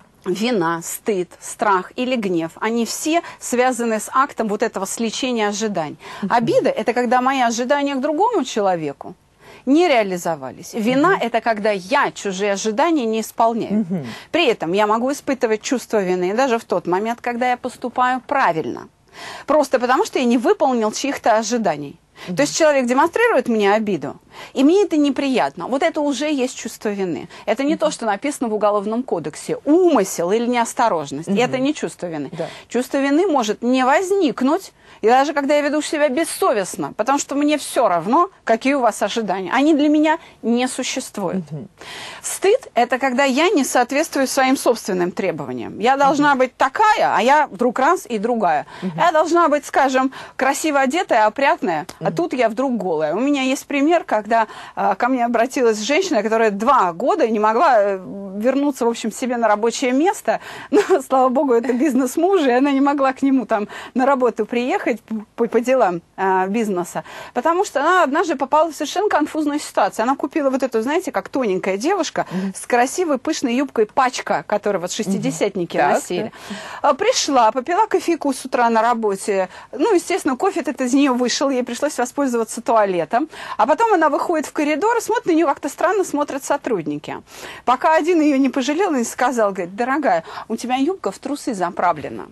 вина, стыд, страх или гнев, они все связаны с актом вот этого сличения ожиданий. Обида – это когда мои ожидания к другому человеку не реализовались. Вина – это когда я чужие ожидания не исполняю. При этом я могу испытывать чувство вины даже в тот момент, когда я поступаю правильно. Просто потому, что я не выполнил чьих-то ожиданий. То есть человек демонстрирует мне обиду, И мне это неприятно. Вот это уже есть чувство вины. Это не то, что написано в Уголовном кодексе. Умысел или неосторожность. Это не чувство вины. Да. Чувство вины может не возникнуть, и даже когда я веду себя бессовестно, потому что мне все равно, какие у вас ожидания. Они для меня не существуют. Стыд – это когда я не соответствую своим собственным требованиям. Я должна быть такая, а я вдруг раз и другая. Я должна быть, скажем, красиво одетая, опрятная, а тут я вдруг голая. У меня есть пример, когда ко мне обратилась женщина, которая 2 года не могла вернуться, в общем, себе на рабочее место. Но, слава богу, это бизнес мужа, и она не могла к нему там на работу приехать по делам бизнеса. Потому что она однажды попала в совершенно конфузную ситуацию. Она купила вот эту, знаете, как тоненькая девушка с красивой пышной юбкой пачка, которую вот шестидесятники носили. Пришла, попила кофейку с утра на работе. Ну, естественно, кофе этот из нее вышел, ей пришлось воспользоваться туалетом. А потом она выходит в коридор и смотрит, на нее как-то странно смотрят сотрудники. Пока один ее не пожалел и сказал, говорит, дорогая, у тебя юбка в трусы заправлена.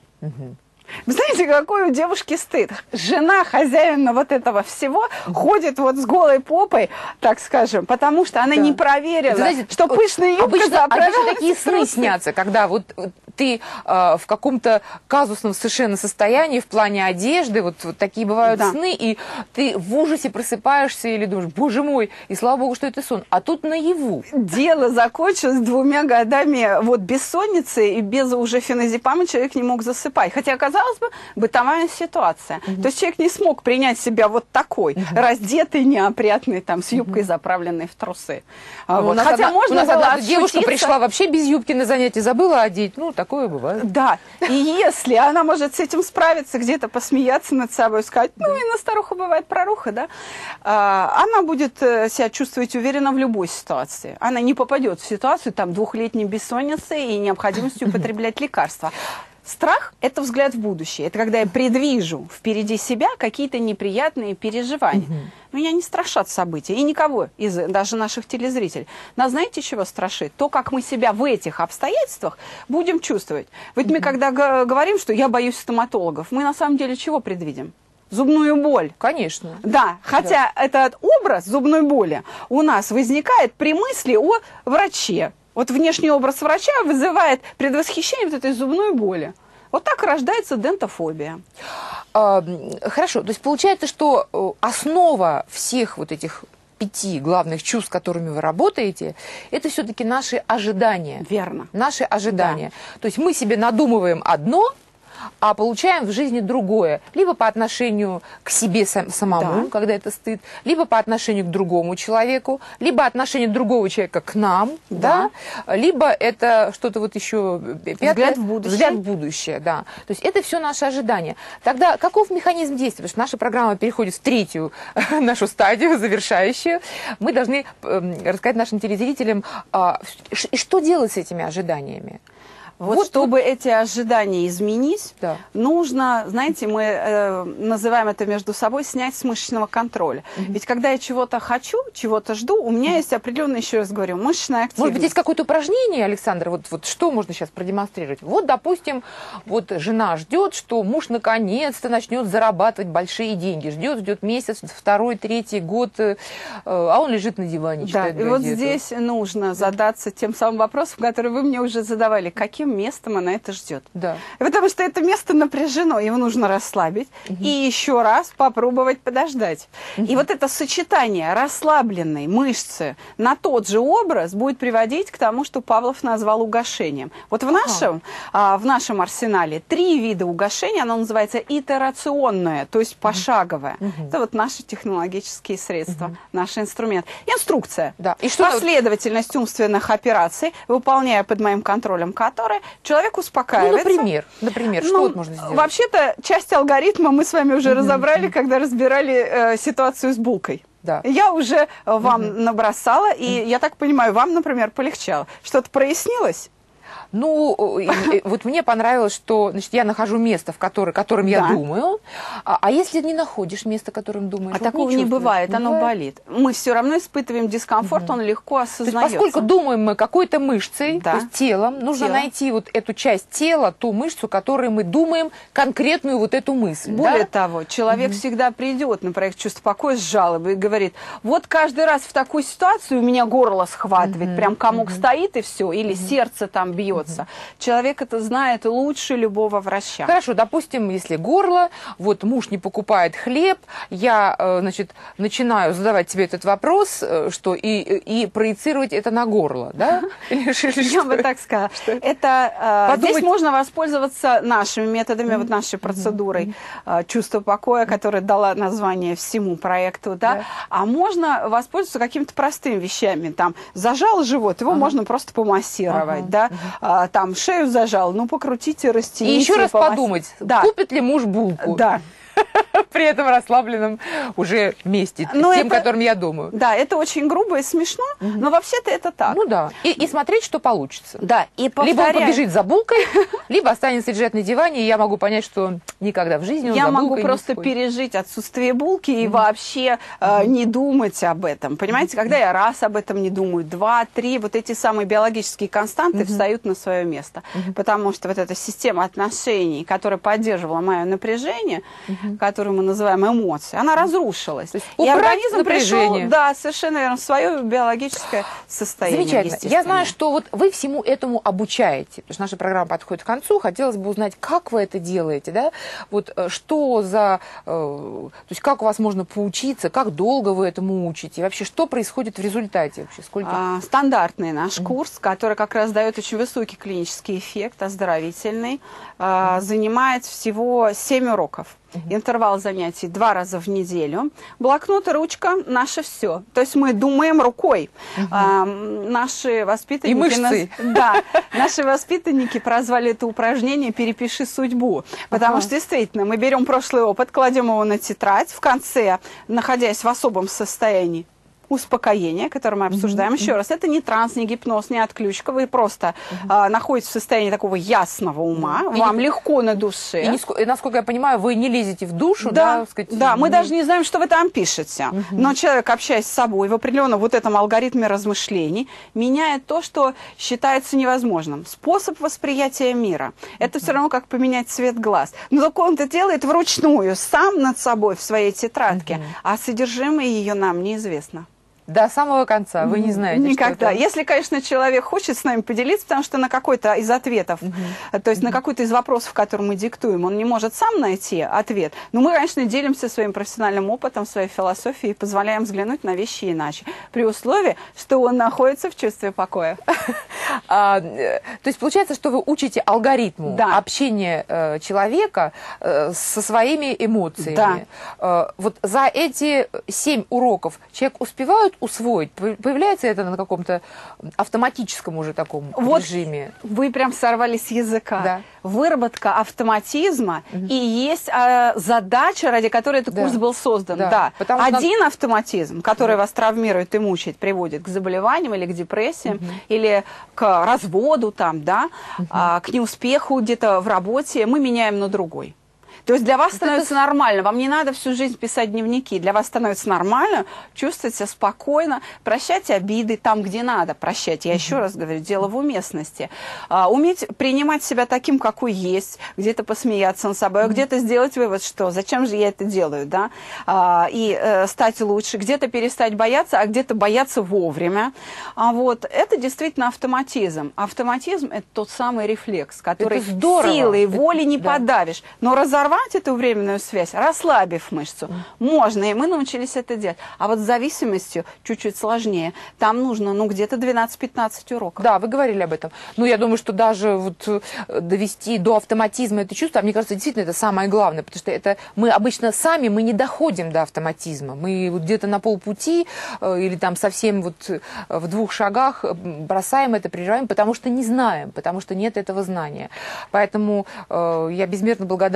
Вы знаете, какой у девушки стыд? Жена хозяина вот этого всего ходит вот с голой попой, так скажем, потому что она не проверила, знаете, что пышная юбка заправилась. Обычно такие сны снятся, когда вот ты в каком-то казусном совершенно состоянии в плане одежды, вот такие бывают сны, и ты в ужасе просыпаешься или думаешь, боже мой, и слава богу, что это сон. А тут наяву. Дело закончилось 2 годами вот бессонницы, и без уже феназепама человек не мог засыпать. Хотя, казалось бы, бытовая ситуация. То есть человек не смог принять себя вот такой, раздетый, неопрятный, там, с юбкой, заправленной в трусы. Вот. Хотя можно у нас было одна девушка пришла вообще без юбки на занятие, забыла одеть. Ну, такое бывает. Да, и если она может с этим справиться, где-то посмеяться над собой, сказать, ну, и на старуху бывает проруха, да, она будет себя чувствовать уверенно в любой ситуации. Она не попадет в ситуацию, там, 2-летней бессонницы и необходимостью употреблять лекарства. Страх – это взгляд в будущее. Это когда я предвижу впереди себя какие-то неприятные переживания. Меня не страшат события, и никого из даже наших телезрителей. Нас знаете, чего страшит? То, как мы себя в этих обстоятельствах будем чувствовать. Ведь мы, когда говорим, что я боюсь стоматологов, мы на самом деле чего предвидим? Зубную боль. Конечно. Да, хотя этот образ зубной боли у нас возникает при мысли о враче. Вот внешний образ врача вызывает предвосхищение вот этой зубной боли. Вот так рождается дентофобия. Хорошо, то есть получается, что основа всех вот этих 5 главных чувств, с которыми вы работаете, это все-таки наши ожидания. Верно. Наши ожидания. Да. То есть мы себе надумываем одно, а получаем в жизни другое. Либо по отношению к себе самому, когда это стыд, либо по отношению к другому человеку, либо отношение другого человека к нам, да. Либо это что-то вот еще взгляд в будущее. Взгляд в будущее, да. То есть это все наши ожидания. Тогда каков механизм действия? Потому что наша программа переходит в 3-ю нашу стадию, завершающую. Мы должны рассказать нашим телезрителям, что делать с этими ожиданиями. Вот чтобы эти ожидания изменить, нужно, знаете, мы называем это между собой снять с мышечного контроля. Ведь когда я чего-то хочу, чего-то жду, у меня есть определенная, еще раз говорю, мышечная активность. Может быть, есть какое-то упражнение, Александр, вот что можно сейчас продемонстрировать? Вот, допустим, вот жена ждет, что муж наконец-то начнет зарабатывать большие деньги. Ждет месяц, 2-й, 3-й год, а он лежит на диване, читает газету. И вот здесь нужно задаться тем самым вопросом, который вы мне уже задавали. Каким местом она это ждет? Да. Потому что это место напряжено, его нужно расслабить и еще раз попробовать подождать. И вот это сочетание расслабленной мышцы на тот же образ будет приводить к тому, что Павлов назвал угошением. Вот в нашем арсенале 3 вида угошения, оно называется итерационное, то есть пошаговое. Это вот наши технологические средства, наш инструмент. Инструкция. Да. И что последовательность умственных операций, выполняя под моим контролем которые человек успокаивается. Ну, например, что вот можно сделать? Вообще-то, часть алгоритма мы с вами уже разобрали, когда разбирали ситуацию с булкой. Да. Я уже вам набросала, и я так понимаю, вам, например, полегчало. Что-то прояснилось? Ну, вот мне понравилось, что, значит, я нахожу место, которым я думаю, А если не находишь место, которым думаешь? А такого не бывает, оно болит. Мы все равно испытываем дискомфорт, он легко осознается. Поскольку думаем мы какой-то мышцей, Да. то есть телом, нужно найти вот эту часть тела, ту мышцу, которой мы думаем конкретную вот эту мысль. Более того, человек всегда придет на проект «Чувство покоя» с жалобой и говорит: вот каждый раз в такую ситуацию у меня горло схватывает, прям комок стоит и все, или сердце там бьется. Человек это знает лучше любого врача. Хорошо, допустим, если горло, вот муж не покупает хлеб, я, значит, начинаю задавать тебе этот вопрос, что и проецировать это на горло, да? Я бы так сказала. Это здесь можно воспользоваться нашими методами, вот нашей процедурой «Чувство покоя», которая дала название всему проекту, да? А можно воспользоваться какими-то простыми вещами. Там зажал живот, его можно просто помассировать, да? Там шею зажал, ну покрутите, растяните. И еще раз подумать, купит ли муж булку. Да. При этом расслабленном уже месте, с тем, которым я думаю. Да, это очень грубо и смешно, но вообще-то это так. Ну да, и смотреть, что получится. Да, и либо он побежит за булкой, либо останется лежать на диване, и я могу понять, что никогда в жизни он за булкой могу просто пережить отсутствие булки и вообще не думать об этом. Понимаете, когда я раз об этом не думаю, 2, 3, вот эти самые биологические константы встают на свое место. Потому что вот эта система отношений, которая поддерживала мое напряжение, которую мы называем эмоции, она разрушилась. И организм пришел, да, совершенно верно, в свое биологическое состояние. Замечательно. Я знаю, что вот вы всему этому обучаете, потому что наша программа подходит к концу. Хотелось бы узнать, как вы это делаете, да? Вот что за... То есть как у вас можно поучиться, как долго вы этому учите, и вообще что происходит в результате вообще? Сколько? Стандартный наш курс, который как раз дает очень высокий клинический эффект, оздоровительный, занимает всего 7 уроков. Интервал занятий 2 раза в неделю. Блокнот и ручка – наше все. То есть мы думаем рукой. Наши воспитанники... И мышцы. Да, наши воспитанники прозвали это упражнение «Перепиши судьбу». Потому что, действительно, мы берем прошлый опыт, кладем его на тетрадь, в конце, находясь в особом состоянии, успокоение, которое мы обсуждаем. Еще раз, это не транс, не гипноз, не отключка. Вы просто находитесь в состоянии такого ясного ума. Вам легко на душе. И, насколько я понимаю, вы не лезете в душу, да? Сказать, да, мы даже не знаем, что вы там пишете. Но человек, общаясь с собой в определенном вот этом алгоритме размышлений, меняет то, что считается невозможным. Способ восприятия мира. Это все равно, как поменять цвет глаз. Но только он это делает вручную, сам над собой в своей тетрадке. А содержимое ее нам неизвестно. До самого конца вы не знаете, никогда. Что Если, конечно, человек хочет с нами поделиться, потому что на какой-то из ответов, то есть на какой-то из вопросов, которые мы диктуем, он не может сам найти ответ. Но мы, конечно, делимся своим профессиональным опытом, своей философией и позволяем взглянуть на вещи иначе. При условии, что он находится в чувстве покоя. То есть получается, что вы учите алгоритму общения человека со своими эмоциями. Вот за эти 7 уроков человек успевает усвоить? Появляется это на каком-то автоматическом уже таком режиме? Вы прям сорвали с языка. Да. Выработка автоматизма и есть задача, ради которой этот курс был создан. Да. Один автоматизм, который вас травмирует и мучает, приводит к заболеваниям или к депрессиям, или к разводу, там, да, к неуспеху где-то в работе, мы меняем на другой. То есть для вас становится нормально, вам не надо всю жизнь писать дневники, для вас становится нормально чувствовать себя спокойно, прощать обиды там, где надо прощать. Я еще раз говорю, дело в уместности. Уметь принимать себя таким, какой есть, где-то посмеяться над собой, где-то сделать вывод, что зачем же я это делаю, да, и стать лучше, где-то перестать бояться, а где-то бояться вовремя. Вот. Это действительно автоматизм. Автоматизм – это тот самый рефлекс, который силой воли не подавишь, но разорвать эту временную связь, расслабив мышцу, можно, и мы научились это делать. А вот с зависимостью чуть-чуть сложнее. Там нужно, где-то 12-15 уроков. Да, вы говорили об этом. Ну, я думаю, что даже вот довести до автоматизма это чувство, мне кажется, действительно это самое главное, потому что это мы обычно сами, мы не доходим до автоматизма. Мы вот где-то на полпути или там совсем вот в 2 шагах бросаем это, прерываем, потому что не знаем, потому что нет этого знания. Поэтому я безмерно благодарна за то,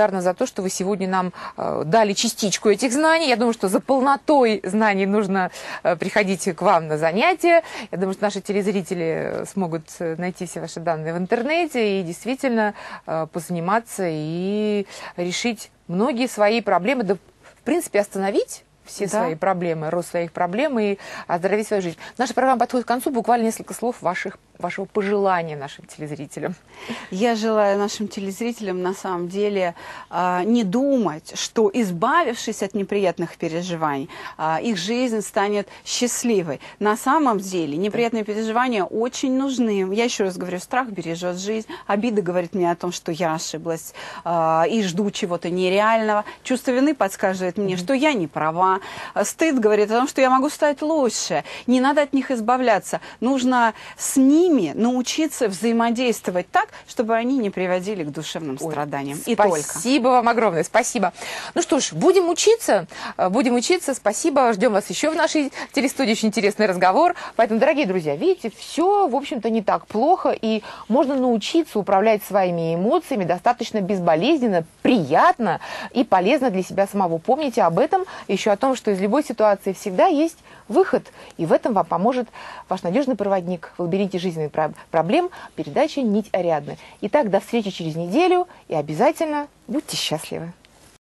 что вы сегодня нам дали частичку этих знаний. Я думаю, что за полнотой знаний нужно приходить к вам на занятия. Я думаю, что наши телезрители смогут найти все ваши данные в интернете и действительно позаниматься и решить многие свои проблемы, да, в принципе, остановить все свои проблемы, рост своих проблем и оздоровить свою жизнь. Наша программа подходит к концу. Буквально несколько слов вашего пожелания нашим телезрителям. Я желаю нашим телезрителям на самом деле не думать, что, избавившись от неприятных переживаний, их жизнь станет счастливой. На самом деле неприятные переживания очень нужны. Я еще раз говорю, страх бережет жизнь, обида говорит мне о том, что я ошиблась и жду чего-то нереального. Чувство вины подсказывает мне, что я не права. Стыд говорит о том, что я могу стать лучше. Не надо от них избавляться. Нужно с ними научиться взаимодействовать так, чтобы они не приводили к душевным страданиям. И спасибо вам огромное, спасибо. Ну что ж, будем учиться, спасибо, ждем вас еще в нашей телестудии, очень интересный разговор. Поэтому, дорогие друзья, видите, все, в общем-то, не так плохо, и можно научиться управлять своими эмоциями достаточно безболезненно, приятно и полезно для себя самого. Помните об этом, еще о том, что из любой ситуации всегда есть выход, и в этом вам поможет ваш надежный проводник в лабиринте жизненных проблем, передача «Нить Ариадны». Итак, до встречи через неделю, и обязательно будьте счастливы.